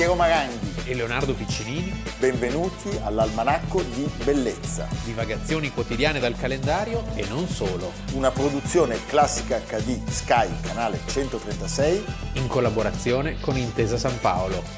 Piero Maranghi e Leonardo Piccinini. Benvenuti all'Almanacco di Bellezza. Divagazioni quotidiane dal calendario e non solo. Una produzione Classica HD Sky, canale 136. In collaborazione con Intesa San Paolo.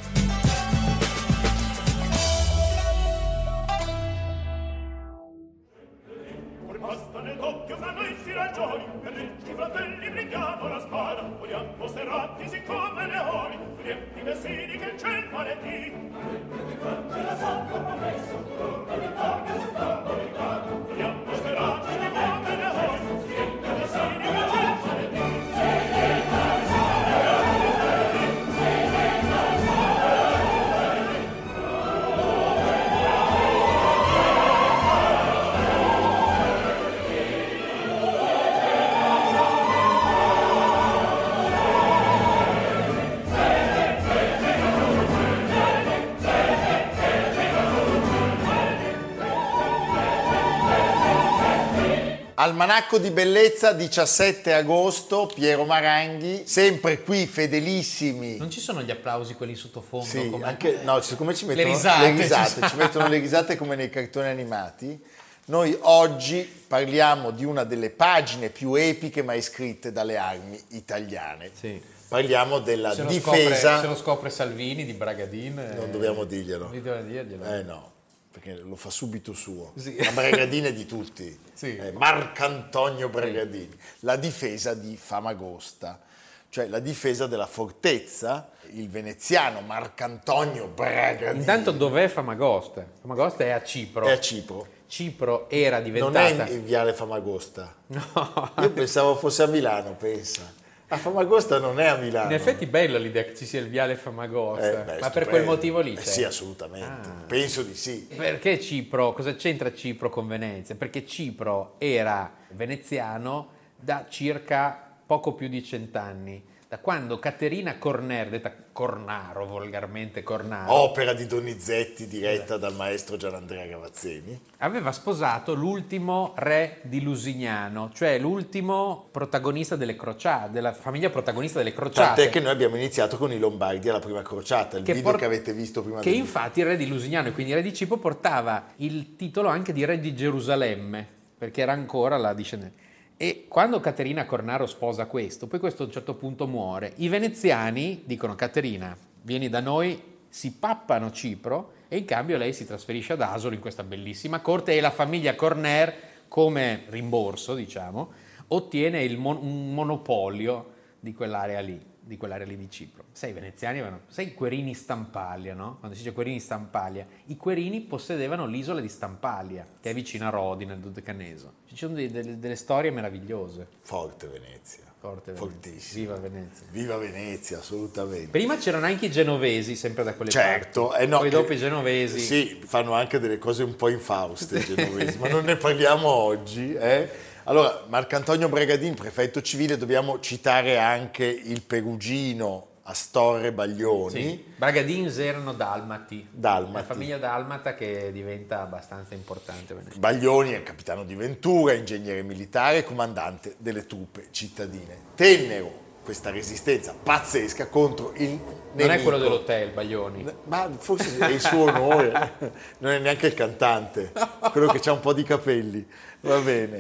Almanacco di Bellezza, 17 agosto, Piero Maranghi, sempre qui fedelissimi. Non ci sono gli applausi quelli sottofondo? Sì, come... anche, no, siccome ci mettono le risate, ci mettono le risate come nei cartoni animati. Noi oggi parliamo di una delle pagine più epiche mai scritte dalle armi italiane. Sì. Parliamo della se difesa. Se lo scopre Salvini di Bragadin. Non dobbiamo dirglielo. Non dobbiamo dirglielo. No, perché lo fa subito suo. Sì. La Bragadin è di tutti. Sì. Marcantonio Bragadin. Sì. La difesa di Famagosta, cioè la difesa della fortezza. Il veneziano Marcantonio Bragadin. Intanto dov'è Famagosta? Famagosta è a Cipro. È a Cipro. Cipro era diventata... Non è in Viale Famagosta. No. Io pensavo fosse a Milano, pensa. A Famagosta non è a Milano. In effetti è bella l'idea che ci sia il Viale Famagosta. Ma stupendo. per quel motivo lì c'è? Sì, assolutamente. Penso di sì. Perché Cipro? Cosa c'entra Cipro con Venezia? Perché Cipro era veneziano da circa poco più di 100 anni. Da quando Caterina Corner, detta Cornaro, volgarmente Cornaro, opera di Donizetti diretta dal maestro Gianandrea Gavazzeni, aveva sposato l'ultimo re di Lusignano, cioè l'ultimo protagonista delle crociate, della famiglia protagonista delle crociate. Tant'è che noi abbiamo iniziato con i Lombardi alla prima crociata, il video che avete visto prima. Che infatti il re di Lusignano e quindi il re di Cipro portava il titolo anche di re di Gerusalemme, perché era ancora la discendenza. E quando Caterina Cornaro sposa questo, poi questo a un certo punto muore, i veneziani dicono: Caterina, vieni da noi, si pappano Cipro e in cambio lei si trasferisce ad Asolo in questa bellissima corte e la famiglia Corner, come rimborso, diciamo, ottiene un monopolio di quell'area lì di Cipro. Sai, i veneziani avevano, sai, i Querini Stampaglia, no? Quando si dice Querini Stampaglia, i Querini possedevano l'isola di Stampaglia, che è vicino a Rodi, nel Dodecaneso. Ci sono delle storie meravigliose. Forte Venezia. Fortissimo. Viva Venezia. Viva Venezia, assolutamente. Prima c'erano anche i genovesi, sempre da quelle certo, parti. No, poi dopo i genovesi. Sì, fanno anche delle cose un po' infauste i genovesi, ma non ne parliamo oggi, Allora, Marcantonio Bragadin, prefetto civile, dobbiamo citare anche il perugino Astorre Baglioni. Sì. Bragadins erano dalmati. La famiglia dalmata che diventa abbastanza importante. Baglioni è capitano di Ventura, ingegnere militare e comandante delle truppe cittadine. Tennero questa resistenza pazzesca contro il nemico. Non è quello dell'hotel, Baglioni. Ma forse è il suo onore, non è neanche il cantante, quello che ha un po' di capelli. Va bene.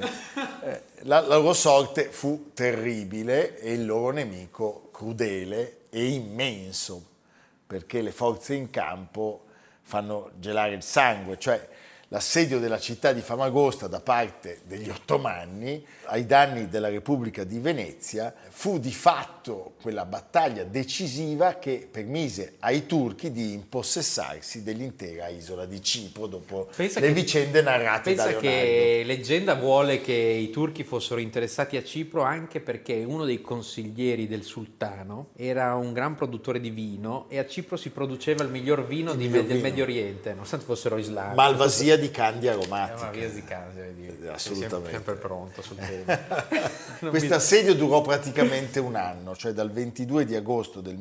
La loro sorte fu terribile e il loro nemico crudele e immenso, perché le forze in campo fanno gelare il sangue, cioè l'assedio della città di Famagosta da parte degli ottomani ai danni della Repubblica di Venezia fu di fatto quella battaglia decisiva che permise ai turchi di impossessarsi dell'intera isola di Cipro dopo vicende narrate da Leonardo. Pensa che leggenda vuole che i turchi fossero interessati a Cipro anche perché uno dei consiglieri del sultano era un gran produttore di vino e a Cipro si produceva il miglior vino del Medio Oriente, nonostante fossero islamici. Malvasia di Candia aromatica. Assolutamente. Sempre pronto sul tema. Questo assedio durò praticamente un anno, cioè dal 22 di agosto del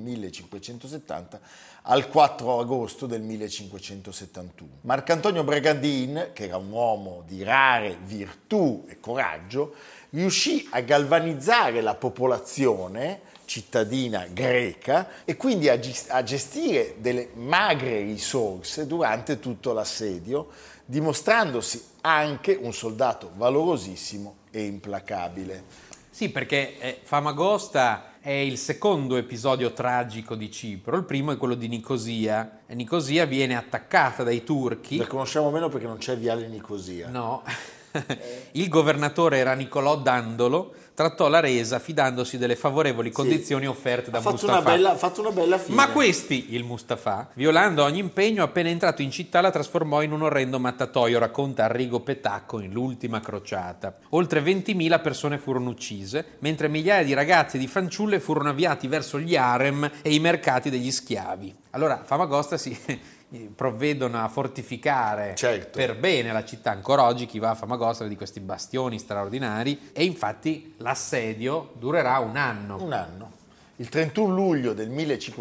1570 al 4 agosto del 1571. Marcantonio Bragadin, che era un uomo di rare virtù e coraggio, riuscì a galvanizzare la popolazione cittadina greca e quindi a gestire delle magre risorse durante tutto l'assedio, dimostrandosi anche un soldato valorosissimo e implacabile. Sì, perché Famagosta è il secondo episodio tragico di Cipro, il primo è quello di Nicosia. E Nicosia viene attaccata dai turchi. La conosciamo meno perché non c'è Viale Nicosia. No, il governatore era Nicolò Dandolo, trattò la resa fidandosi delle favorevoli condizioni offerte da Mustafa. Ha fatto una bella fine. Ma questi, il Mustafa, violando ogni impegno, appena entrato in città la trasformò in un orrendo mattatoio, racconta Arrigo Petacco in L'ultima crociata. Oltre 20.000 persone furono uccise, mentre migliaia di ragazzi e di fanciulle furono avviati verso gli harem e i mercati degli schiavi. Allora, Famagosta provvedono a fortificare per bene la città. Ancora oggi chi va a Famagosta vede questi bastioni straordinari e infatti l'assedio durerà un anno. Un anno. Il 31 luglio del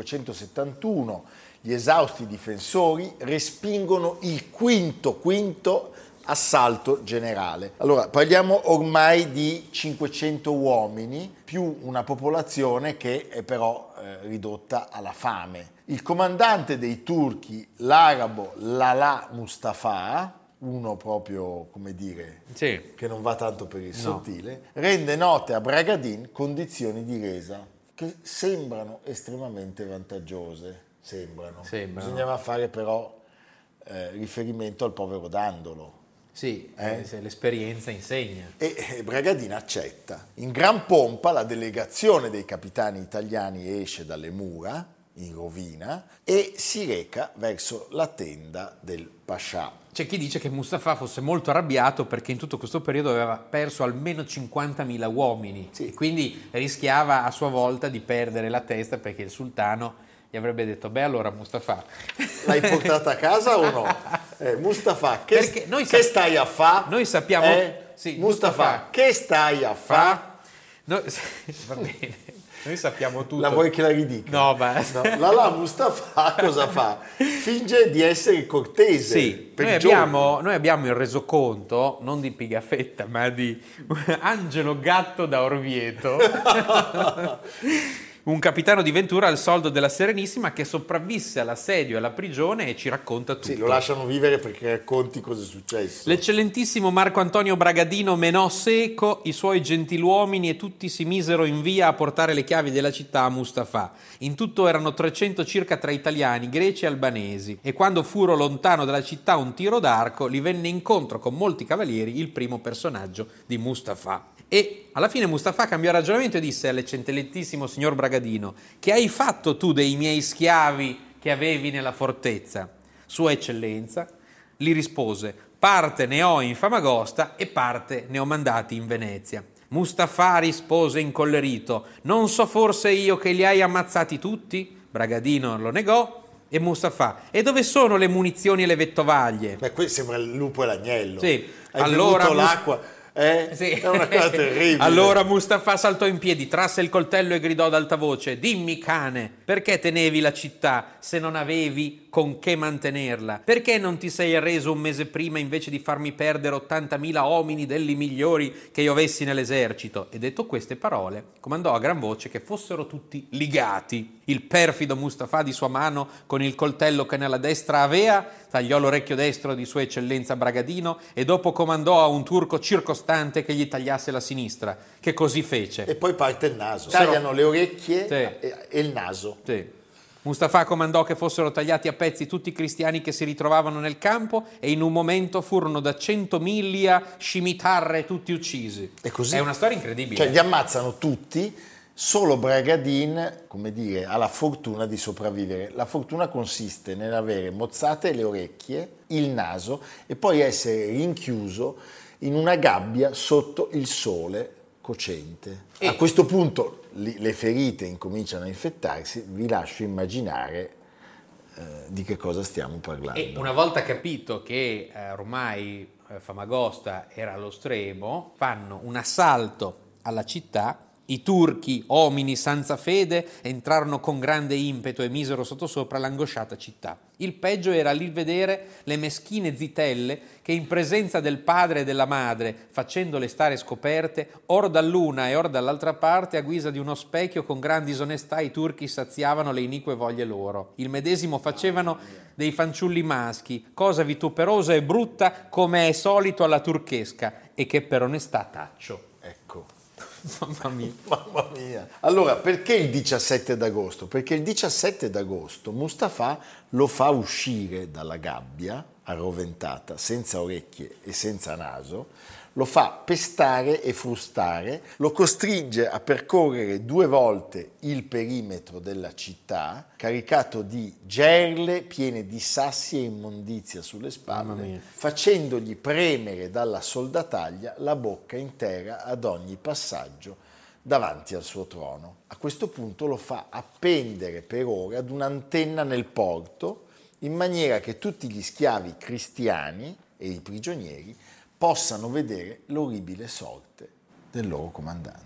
1571 gli esausti difensori respingono il quinto assalto generale. Allora, parliamo ormai di 500 uomini più una popolazione che è però ridotta alla fame. Il comandante dei turchi, l'arabo Lala Mustafa, uno proprio, come dire, che non va tanto per il sottile, rende note a Bragadin condizioni di resa che sembrano estremamente vantaggiose. Sembrano. Bisognava fare però riferimento al povero Dandolo. Sì, se l'esperienza insegna. E Bragadin accetta. In gran pompa la delegazione dei capitani italiani esce dalle mura, in rovina, e si reca verso la tenda del Pascià. C'è chi dice che Mustafa fosse molto arrabbiato perché in tutto questo periodo aveva perso almeno 50.000 uomini. Sì. E quindi rischiava a sua volta di perdere la testa perché il sultano gli avrebbe detto: beh, allora Mustafa, l'hai portata a casa o no? Mustafa, che stai a fa? Noi sappiamo Mustafa, che stai a fa? Va bene, noi sappiamo tutto. La vuoi che la ridica? No, basta. No. La Mustafa cosa fa? Finge di essere cortese. Sì, noi abbiamo il resoconto, non di Pigafetta, ma di Angelo Gatto da Orvieto. Un capitano di Ventura al soldo della Serenissima che sopravvisse all'assedio e alla prigione e ci racconta tutto. Sì, lo lasciano vivere perché racconti cosa è successo. L'eccellentissimo Marco Antonio Bragadino menò seco i suoi gentiluomini e tutti si misero in via a portare le chiavi della città a Mustafa. In tutto erano 300 circa tra italiani, greci e albanesi, e quando furono lontano dalla città un tiro d'arco, gli venne incontro con molti cavalieri il primo personaggio di Mustafa. E alla fine Mustafa cambiò ragionamento e disse all'eccellentissimo signor Bragadino: che hai fatto tu dei miei schiavi che avevi nella fortezza? Sua eccellenza gli rispose: parte ne ho in Famagosta e parte ne ho mandati in Venezia. Mustafa rispose incollerito: non so forse io che li hai ammazzati tutti? Bragadino lo negò. E Mustafa: e dove sono le munizioni e le vettovaglie? Beh, qui sembra il lupo e l'agnello. Sì, hai bevuto l'acqua. Sì. È una cosa terribile. Allora Mustafa saltò in piedi, trasse il coltello e gridò ad alta voce: dimmi, cane, perché tenevi la città se non avevi con che mantenerla? Perché non ti sei arreso un mese prima invece di farmi perdere 80.000 uomini delli migliori che io avessi nell'esercito? E detto queste parole comandò a gran voce che fossero tutti ligati. Il perfido Mustafa di sua mano, con il coltello che nella destra avea, tagliò l'orecchio destro di sua eccellenza Bragadino e dopo comandò a un turco circostante che gli tagliasse la sinistra, che così fece. E poi parte il naso. Tagliano le orecchie e il naso. Sì. Mustafa comandò che fossero tagliati a pezzi tutti i cristiani che si ritrovavano nel campo e in un momento furono da 100.000 scimitarre tutti uccisi. E così? È una storia incredibile. Cioè li ammazzano tutti, solo Bragadin, come dire, ha la fortuna di sopravvivere. La fortuna consiste nell'avere mozzate le orecchie, il naso e poi essere rinchiuso in una gabbia sotto il sole cocente. A questo punto le ferite incominciano a infettarsi, vi lascio immaginare di che cosa stiamo parlando. E una volta capito che ormai Famagosta era allo stremo, fanno un assalto alla città I turchi, uomini senza fede, entrarono con grande impeto e misero sottosopra l'angosciata città. Il peggio era lì vedere le meschine zitelle che in presenza del padre e della madre, facendole stare scoperte, or dall'una e or dall'altra parte, a guisa di uno specchio, con gran disonestà i turchi saziavano le inique voglie loro. Il medesimo facevano dei fanciulli maschi, cosa vituperosa e brutta come è solito alla turchesca, e che per onestà taccio. Ecco. Mamma mia. Mamma mia. Allora, perché il 17 d'agosto? Perché il 17 d'agosto Mustafa lo fa uscire dalla gabbia arroventata, senza orecchie e senza naso, lo fa pestare e frustare, lo costringe a percorrere 2 volte il perimetro della città, caricato di gerle piene di sassi e immondizia sulle spalle, facendogli premere dalla soldataglia la bocca intera ad ogni passaggio davanti al suo trono. A questo punto lo fa appendere per ore ad un'antenna nel porto, in maniera che tutti gli schiavi cristiani e i prigionieri possano vedere l'orribile sorte del loro comandante.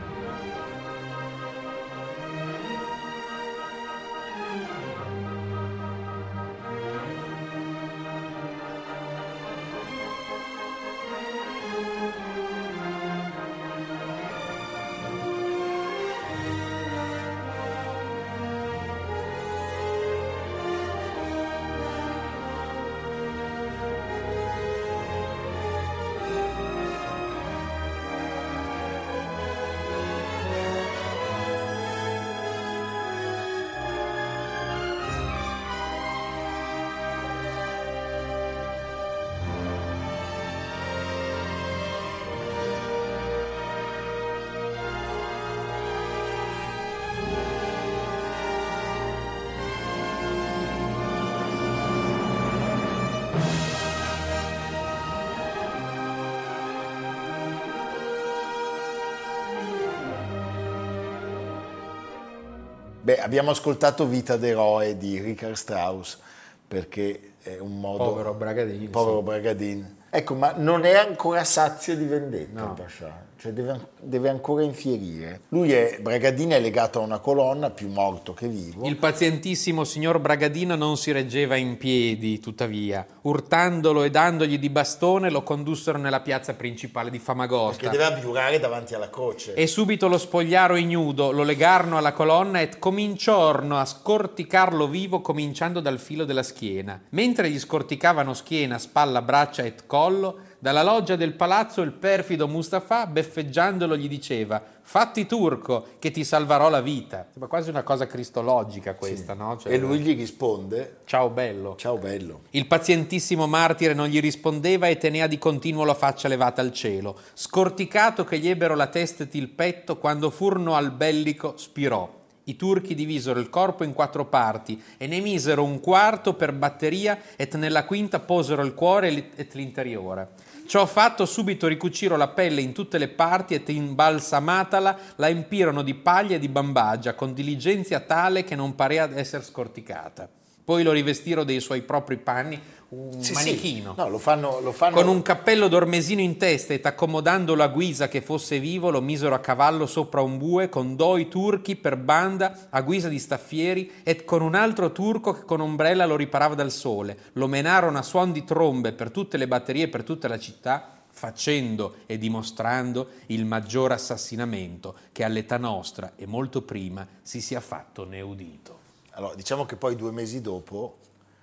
Beh, abbiamo ascoltato Vita d'eroe di Richard Strauss, perché è un modo... Povero Bragadin. Povero sì. Bragadin. Ecco, ma non è ancora sazio di vendetta, No. il Pascià, cioè deve ancora infierire. Bragadin è legato a una colonna, più morto che vivo. Il pazientissimo signor Bragadino non si reggeva in piedi, tuttavia. Urtandolo e dandogli di bastone lo condussero nella piazza principale di Famagosta. Perché deve abiurare davanti alla croce. E subito lo spogliaro ignudo, lo legarono alla colonna e cominciorno a scorticarlo vivo, cominciando dal filo della schiena. Mentre gli scorticavano schiena, spalla, braccia et collo, dalla loggia del palazzo il perfido Mustafa, beffeggiandolo, gli diceva: «Fatti turco, che ti salvarò la vita». Sembra quasi una cosa cristologica questa, Sì. no? Cioè, E lui gli risponde: «Ciao bello». ciao bello. Il pazientissimo martire non gli rispondeva e tenea di continuo la faccia levata al cielo. Scorticato che gli ebbero la testa ed il petto, quando furono al bellico spirò. I turchi divisero il corpo in 4 parti e ne misero un quarto per batteria et nella quinta posero il cuore et l'interiore. Ciò fatto, subito ricuciro la pelle in tutte le parti et imbalsamatala la empirono di paglia e di bambagia con diligenzia tale che non parea essere scorticata. Poi lo rivestiro dei suoi propri panni, un Sì, manichino. sì. No, lo fanno... Con un cappello d'ormesino in testa et accomodandolo a guisa che fosse vivo, lo misero a cavallo sopra un bue con 2 turchi per banda a guisa di staffieri et con un altro turco che con ombrella lo riparava dal sole. Lo menarono a suon di trombe per tutte le batterie e per tutta la città, facendo e dimostrando il maggior assassinamento che all'età nostra e molto prima si sia fatto né udito. Allora, diciamo che poi 2 mesi dopo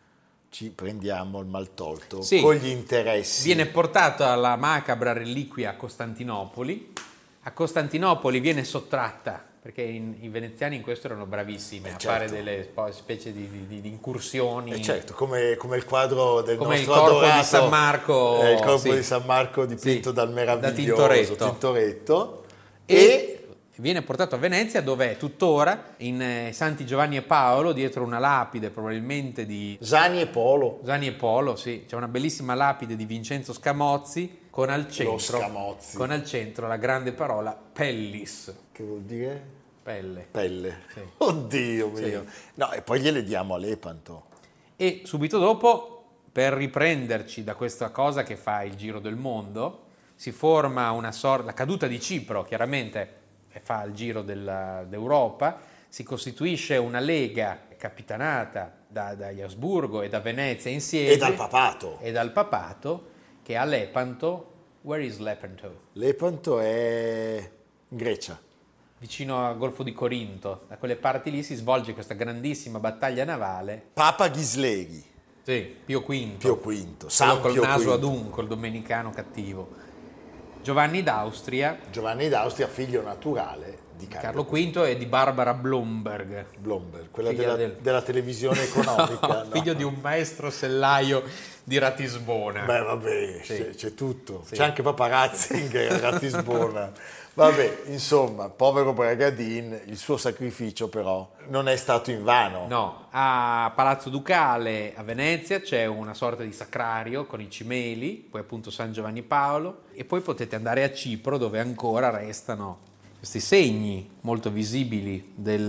ci prendiamo il maltolto Sì. con gli interessi. Viene portato alla macabra reliquia a Costantinopoli. A Costantinopoli viene sottratta, perché i veneziani in questo erano bravissimi a certo. fare delle specie di incursioni. Certo, come il quadro del Come il nostro corpo adorato, di San Marco, il corpo sì. di San Marco dipinto Sì, dal da meraviglioso Tintoretto. Tintoretto. E viene portato a Venezia, dove è tuttora in Santi Giovanni e Paolo, dietro una lapide probabilmente di Zani e Polo. Zani e Polo, sì, c'è una bellissima lapide di Vincenzo Scamozzi con al Scamozzi. centro la grande parola pellis, Che vuol dire? pelle. Pelle. Sì. Oddio Sì. mio. No, e poi gliele diamo a Lepanto. E subito dopo, per riprenderci da questa cosa che fa il giro del mondo, si forma la caduta di Cipro, chiaramente e fa il giro d'Europa, si costituisce una lega capitanata dagli Asburgo e da Venezia insieme. E dal papato. E dal papato, che a Lepanto. Where is Lepanto? Lepanto è in Grecia. Vicino al Golfo di Corinto. Da quelle parti lì si svolge questa grandissima battaglia navale. Papa Ghisleghi. Sì, Pio V. Pio V. Quello col Pio naso V. ad un, col domenicano cattivo. Giovanni d'Austria. Giovanni d'Austria, figlio naturale di Carlo V e di Barbara Blomberg. quella Figlia della televisione economica. No, figlio di un maestro sellaio di Ratisbona. Beh, vabbè, Sì. c'è tutto. Sì. C'è anche Paparazzi che è a Ratisbona. Vabbè, insomma, povero Bragadin, il suo sacrificio però non è stato invano. No, a Palazzo Ducale a Venezia c'è una sorta di sacrario con i cimeli, poi appunto San Giovanni Paolo, e poi potete andare a Cipro dove ancora restano questi segni molto visibili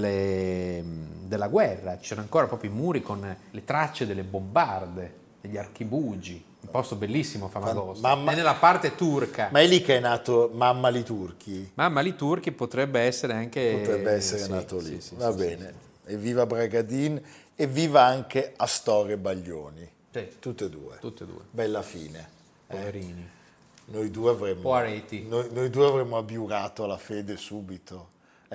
della guerra. Ci sono ancora proprio i muri con le tracce delle bombarde, degli archibugi. Un posto bellissimo Famagosta. È nella parte turca. Ma è lì che è nato Mammali Turchi? Mammali Turchi potrebbe essere anche... Potrebbe essere nato lì. Sì, Va bene. Evviva Bragadin e viva anche Astore Baglioni. Sì. Tutte e due. Bella fine. Poverini. Noi due avremmo... Poveretti. Noi due avremmo abiurato alla fede subito.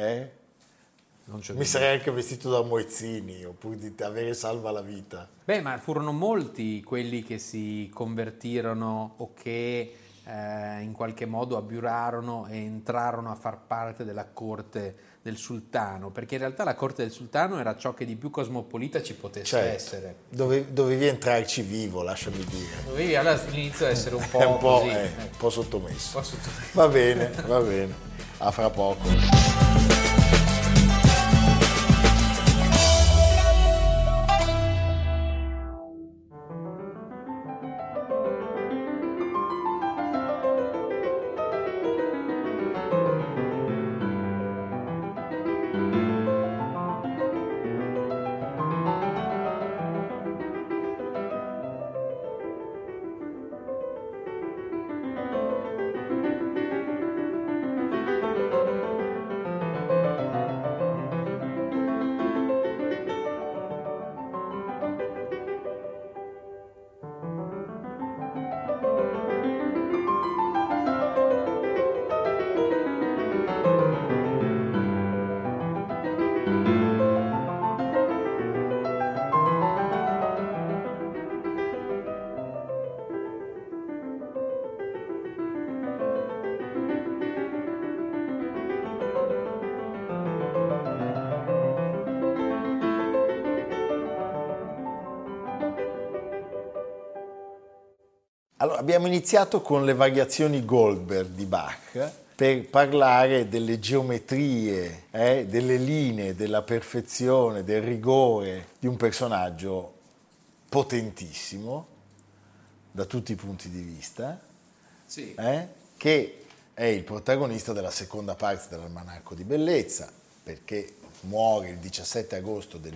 Non c'è Mi dubbio. sarei anche vestito da Moezzini, oppure di avere salva la vita. Beh, ma furono molti quelli che si convertirono o che in qualche modo abiurarono e entrarono a far parte della corte del sultano, perché in realtà la corte del sultano era ciò che di più cosmopolita ci potesse essere. Dovevi entrarci vivo, lasciami dire. Dovevi all'inizio essere un po' È un po', così. un po' sottomesso. Un po' sottomesso. Va bene. A fra poco. Allora, abbiamo iniziato con le variazioni Goldberg di Bach per parlare delle geometrie, delle linee, della perfezione, del rigore di un personaggio potentissimo da tutti i punti di vista, Sì. che è il protagonista della seconda parte dell'Almanacco di Bellezza, perché muore il 17 agosto del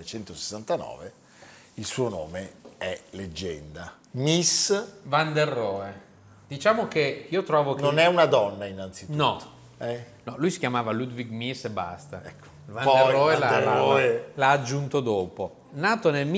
1969, il suo nome è leggenda. Miss Van der Rohe. Diciamo che io trovo che... non è una donna innanzitutto. No. No, lui si chiamava Ludwig Mies e basta. Ecco. Van Poi der Rohe Van der Rohe l'ha aggiunto dopo. Nato nel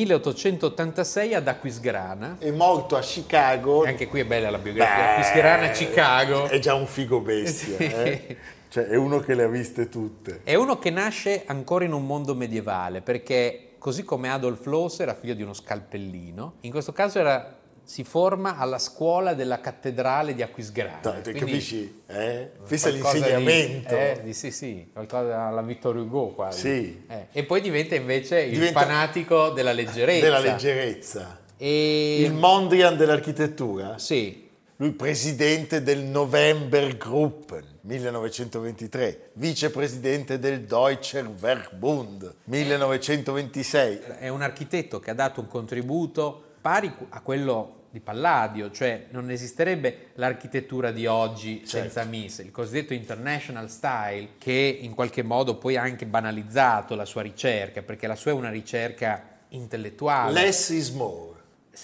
1886 ad Aquisgrana. È morto a Chicago. E anche qui è bella la biografia. Aquisgrana, Chicago. È già un figo bestia. Sì. Cioè, è uno che le ha viste tutte. È uno che nasce ancora in un mondo medievale, perché così come Adolf Loos era figlio di uno scalpellino, in questo caso si forma alla scuola della cattedrale di Aquisgrana. Capisci? Questo è Qualcosa l'insegnamento. Sì, qualcosa alla Victor Hugo quasi. Sì. E poi diventa invece il fanatico della leggerezza. Della leggerezza. E... Il Mondrian dell'architettura. Sì. Lui presidente del Novembergruppen 1923, vicepresidente del Deutscher Werkbund 1926. È un architetto che ha dato un contributo pari a quello di Palladio, cioè non esisterebbe l'architettura di oggi senza Mies, il cosiddetto international style, che in qualche modo poi ha anche banalizzato la sua ricerca, perché la sua è una ricerca intellettuale. Less is more. Sì,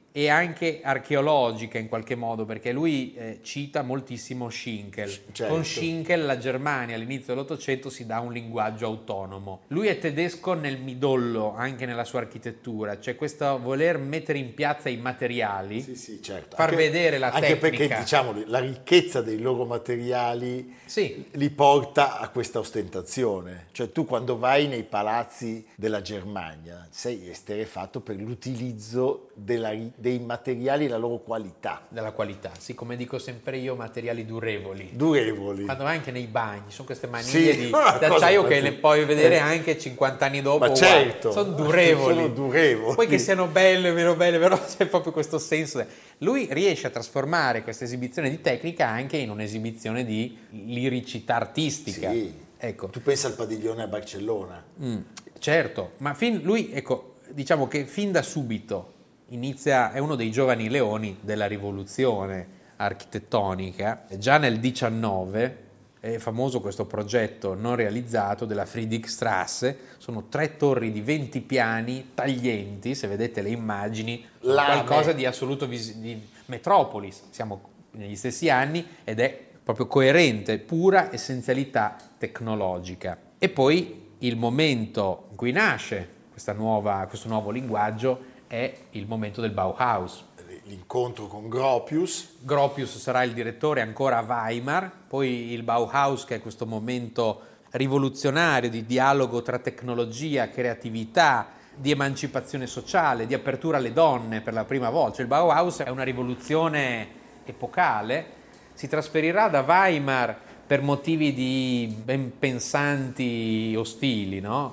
e anche archeologica in qualche modo, perché lui cita moltissimo Schinkel. Certo. Con Schinkel la Germania all'inizio dell'Ottocento si dà un linguaggio autonomo. Lui è tedesco nel midollo, anche nella sua architettura, c'è questo voler mettere in piazza i materiali, Sì, certo. far vedere la anche tecnica. Perché, diciamo, la ricchezza dei loro materiali Sì. li porta a questa ostentazione. Cioè tu quando vai nei palazzi della Germania sei esterefatto per l'utilizzo dei materiali e la loro qualità. Della qualità, sì, come dico sempre io, materiali durevoli. Durevoli. Quando vai anche nei bagni, sono queste maniglie Sì, d'acciaio che cosa- le puoi vedere anche 50 anni dopo. Ma certo, sono durevoli. sono durevoli. Poi che siano belle, meno belle, però c'è proprio questo senso. Lui riesce a trasformare questa esibizione di tecnica anche in un'esibizione di liricità artistica. Sì. Ecco. Tu pensa al padiglione a Barcellona. Certo, ma lui, ecco, diciamo che fin da subito è uno dei giovani leoni della rivoluzione architettonica. Già nel 19 è famoso questo progetto non realizzato della Friedrichstraße, sono 3 torri di 20 piani taglienti, se vedete le immagini, qualcosa di assoluto di metropolis, siamo negli stessi anni ed è proprio coerente, pura essenzialità tecnologica. E poi il momento in cui nasce questo nuovo linguaggio è il momento del Bauhaus. L'incontro con Gropius. Gropius sarà il direttore ancora a Weimar, poi il Bauhaus, che è questo momento rivoluzionario di dialogo tra tecnologia, creatività, di emancipazione sociale, di apertura alle donne per la prima volta. Cioè, il Bauhaus è una rivoluzione epocale, si trasferirà da Weimar per motivi di ben pensanti ostili, no?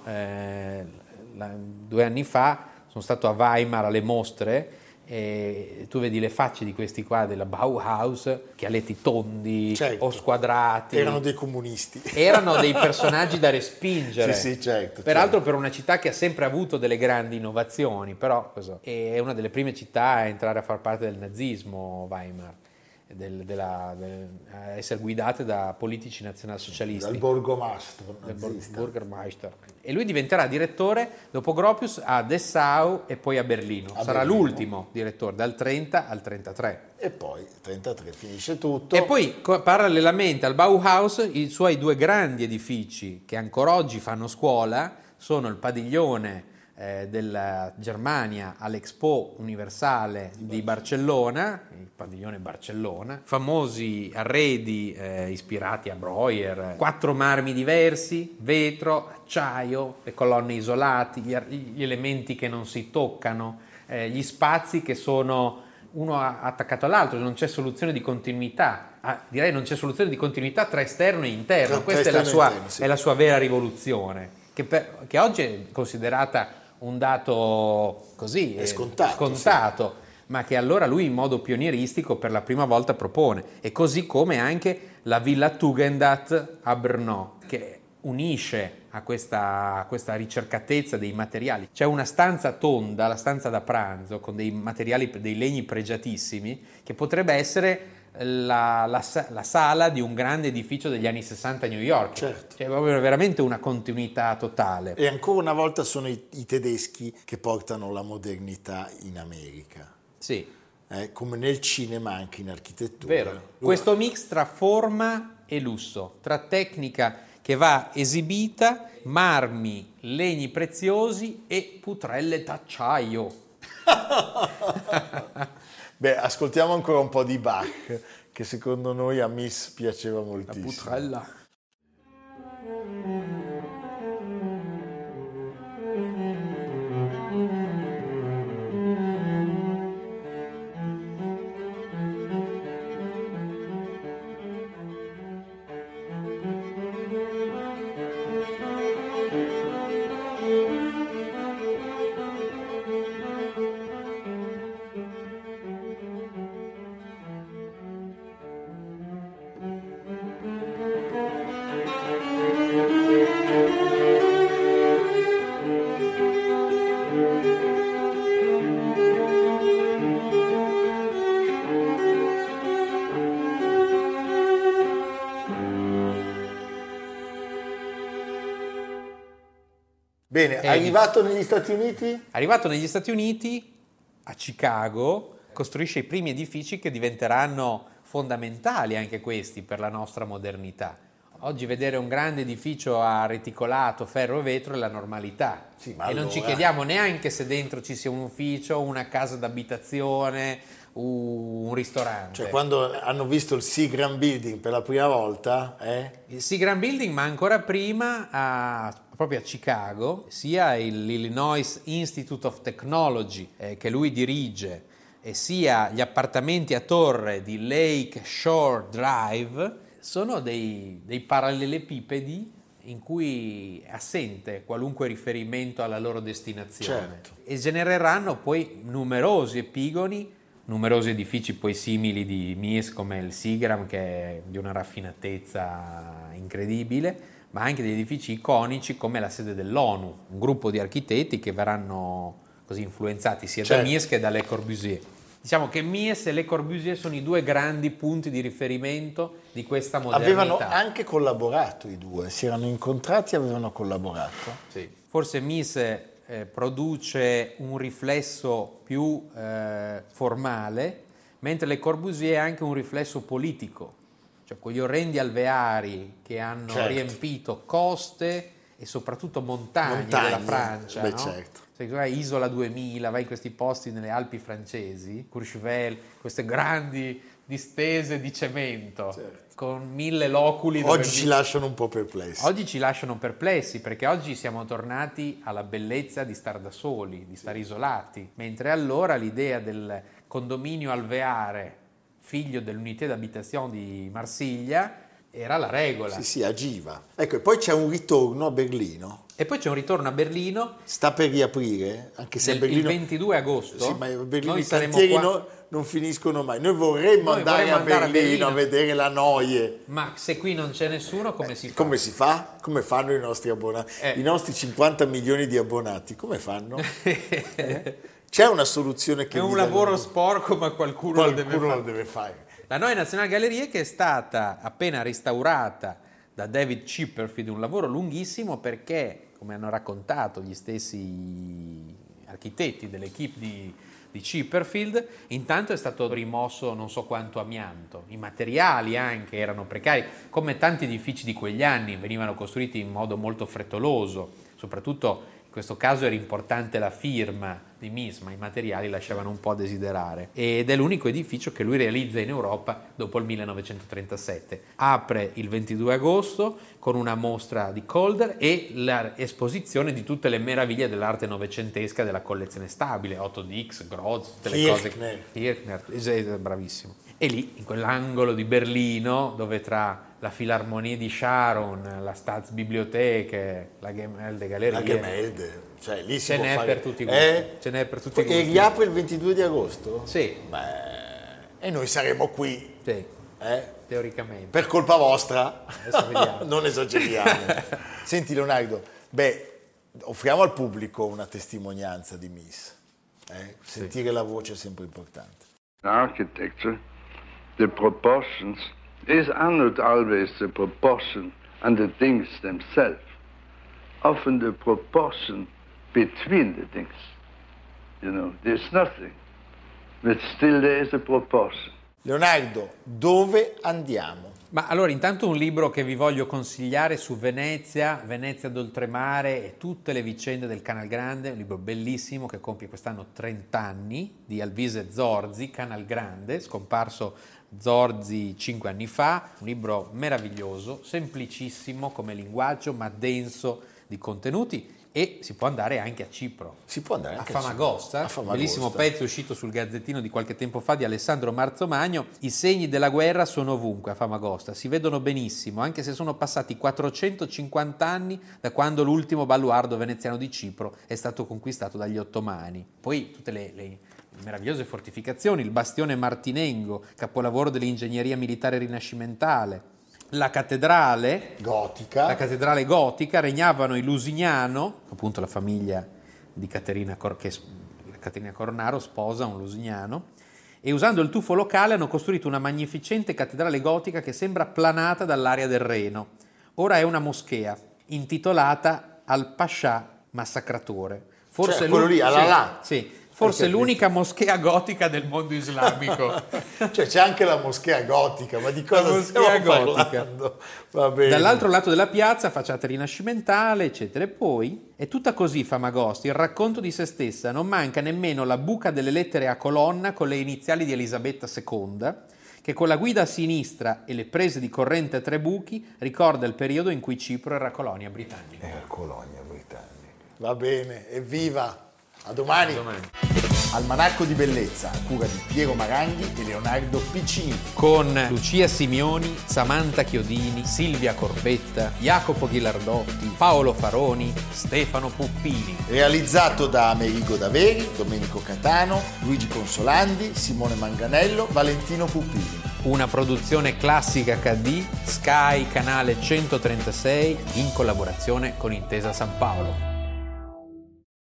2 anni fa sono stato a Weimar alle mostre e tu vedi le facce di questi qua della Bauhaus, chialetti tondi, certo, o squadrati. Erano dei comunisti. Erano dei personaggi da respingere. Sì, certo. Peraltro per una città che ha sempre avuto delle grandi innovazioni, però è una delle prime città a entrare a far parte del nazismo, Weimar. A essere guidate da politici nazionalsocialisti. Dal Burgomastro nazista. Burgermeister. E lui diventerà direttore dopo Gropius a Dessau e poi a Berlino. Sarà l'ultimo direttore dal 30 al 33. E poi 33 finisce tutto. E poi parallelamente al Bauhaus i suoi 2 grandi edifici che ancora oggi fanno scuola sono il padiglione della Germania all'Expo Universale di Barcellona, il padiglione Barcellona, famosi arredi ispirati a Breuer, 4 marmi diversi, vetro, acciaio, le colonne isolate, gli elementi che non si toccano, gli spazi che sono uno attaccato all'altro, non c'è soluzione di continuità. Direi non c'è soluzione di continuità tra esterno e interno. Questa è la sua vera rivoluzione, che oggi è considerata un dato così scontato, ma che allora lui in modo pionieristico per la prima volta propone, e così come anche la Villa Tugendhat a Brno, che unisce a questa ricercatezza dei materiali. C'è una stanza tonda, la stanza da pranzo, con dei materiali, dei legni pregiatissimi, che potrebbe essere la sala di un grande edificio degli anni 60 a New York. Certo. Cioè, proprio veramente una continuità totale. E ancora una volta sono i tedeschi che portano la modernità in America. Sì. Come nel cinema anche in architettura. Vero. Questo mix tra forma e lusso, tra tecnica che va esibita, marmi, legni preziosi e putrelle d'acciaio. Beh, ascoltiamo ancora un po' di Bach, che secondo noi a Miss piaceva moltissimo. La putrella. Bene, arrivato negli Stati Uniti? Arrivato negli Stati Uniti, a Chicago costruisce i primi edifici che diventeranno fondamentali anche questi per la nostra modernità. Oggi vedere un grande edificio a reticolato, ferro e vetro è la normalità. Sì, E non ci chiediamo neanche se dentro ci sia un ufficio, una casa d'abitazione, un ristorante. Cioè, quando hanno visto il Seagram Building per la prima volta, Il Seagram Building, ma ancora prima proprio a Chicago, sia l'Illinois Institute of Technology che lui dirige, e sia gli appartamenti a torre di Lake Shore Drive, sono dei parallelepipedi in cui è assente qualunque riferimento alla loro destinazione. Certo. E genereranno poi numerosi epigoni, numerosi edifici poi simili di Mies come il Seagram, che è di una raffinatezza incredibile, ma anche degli edifici iconici come la sede dell'ONU, un gruppo di architetti che verranno così influenzati sia da Mies che da Le Corbusier. Diciamo che Mies e Le Corbusier sono i due grandi punti di riferimento di questa modernità. Avevano anche collaborato i due, si erano incontrati e avevano collaborato. Sì. Forse Mies produce un riflesso più formale, mentre Le Corbusier ha anche un riflesso politico, cioè quegli orrendi alveari che hanno riempito coste e soprattutto montagne della Francia. Beh, no? certo. Se tu vai Isola 2000, vai in questi posti nelle Alpi francesi, Courchevel, queste grandi distese di cemento, con 1000 loculi. Oggi ci lasciano un po' perplessi. Oggi ci lasciano perplessi, perché oggi siamo tornati alla bellezza di star da soli, di stare isolati, mentre allora l'idea del condominio alveare, figlio dell'unité d'habitation di Marsiglia, era la regola. Sì, agiva. Ecco, e poi c'è un ritorno a Berlino. E poi c'è un ritorno a Berlino. Sta per riaprire, anche se Berlino... Il 22 agosto. Sì, ma a Berlino noi i cantieri qua... non finiscono mai. Noi vorremmo andare a Berlino a vedere la Noie. Ma se qui non c'è nessuno, come si fa? Come si fa? Come fanno i nostri abbonati? I nostri 50 milioni di abbonati, come fanno? C'è una soluzione che... È un lavoro sporco, ma qualcuno lo deve fare. La Neue National Gallery, che è stata appena restaurata da David Chipperfield, un lavoro lunghissimo perché, come hanno raccontato gli stessi architetti dell'equipe di Chipperfield, intanto è stato rimosso non so quanto amianto, i materiali anche erano precari, come tanti edifici di quegli anni venivano costruiti in modo molto frettoloso, soprattutto in questo caso era importante la firma di Mies, ma i materiali lasciavano un po' a desiderare, ed è l'unico edificio che lui realizza in Europa dopo il 1937. Apre il 22 agosto con una mostra di Calder e l'esposizione di tutte le meraviglie dell'arte novecentesca della collezione stabile, Otto Dix, Grotz, tutte le cose. Kirchner, bravissimo. E lì, in quell'angolo di Berlino, dove tra la Filarmonie di Sharon, la Staatsbibliothek, la Gemälde Galerie... La Gemälde, cioè lì si ce può n'è fare... per tutti i gusti. Ce n'è per tutti i gusti. E riapre il 22 di agosto? Sì. Beh, e noi saremo qui. Sì, teoricamente. Per colpa vostra? Adesso vediamo. Non esageriamo. Senti Leonardo, offriamo al pubblico una testimonianza di Mies. Sentire la voce è sempre importante. Architecture, the proportions are not always the proportion and the things themselves. Often the proportion between the things. You know, there's nothing, but still there is a proportion. Leonardo, dove andiamo? Ma allora, intanto un libro che vi voglio consigliare su Venezia d'oltremare e tutte le vicende del Canal Grande, un libro bellissimo che compie quest'anno 30 anni, di Alvise Zorzi, Canal Grande, scomparso Zorzi 5 anni fa, un libro meraviglioso, semplicissimo come linguaggio, ma denso di contenuti. E si può andare anche a Cipro, si può andare anche a Famagosta, bellissimo pezzo uscito sul Gazzettino di qualche tempo fa di Alessandro Marzomagno. I segni della guerra sono ovunque a Famagosta, si vedono benissimo, anche se sono passati 450 anni da quando l'ultimo baluardo veneziano di Cipro è stato conquistato dagli ottomani. Poi tutte le meravigliose fortificazioni, il bastione Martinengo, capolavoro dell'ingegneria militare rinascimentale, la cattedrale gotica, regnavano i Lusignano, appunto la famiglia di Caterina Cornaro sposa un lusignano, e usando il tufo locale hanno costruito una magnificente cattedrale gotica che sembra planata dall'aria del Reno. Ora è una moschea intitolata al Pascià massacratore. Forse quello lì, Sì. Forse capito? l'unica moschea gotica del mondo islamico. Cioè c'è anche la moschea gotica, ma di cosa moschea stiamo gotica. parlando? Va bene. Dall'altro lato della piazza, facciata rinascimentale, eccetera. E poi è tutta così Famagosti, il racconto di se stessa. Non manca nemmeno la buca delle lettere a colonna con le iniziali di Elisabetta II, che con la guida a sinistra e le prese di corrente a tre buchi ricorda il periodo in cui Cipro era colonia britannica. Era colonia britannica. Va bene, evviva! A domani! Almanacco di bellezza, a cura di Piero Maranghi e Leonardo Piccini. Con Lucia Simioni, Samantha Chiodini, Silvia Corbetta, Jacopo Ghilardotti, Paolo Faroni, Stefano Puppini. Realizzato da Amerigo Daveri, Domenico Catano, Luigi Consolandi, Simone Manganello, Valentino Puppini. Una produzione Classica HD, Sky, canale 136, in collaborazione con Intesa San Paolo.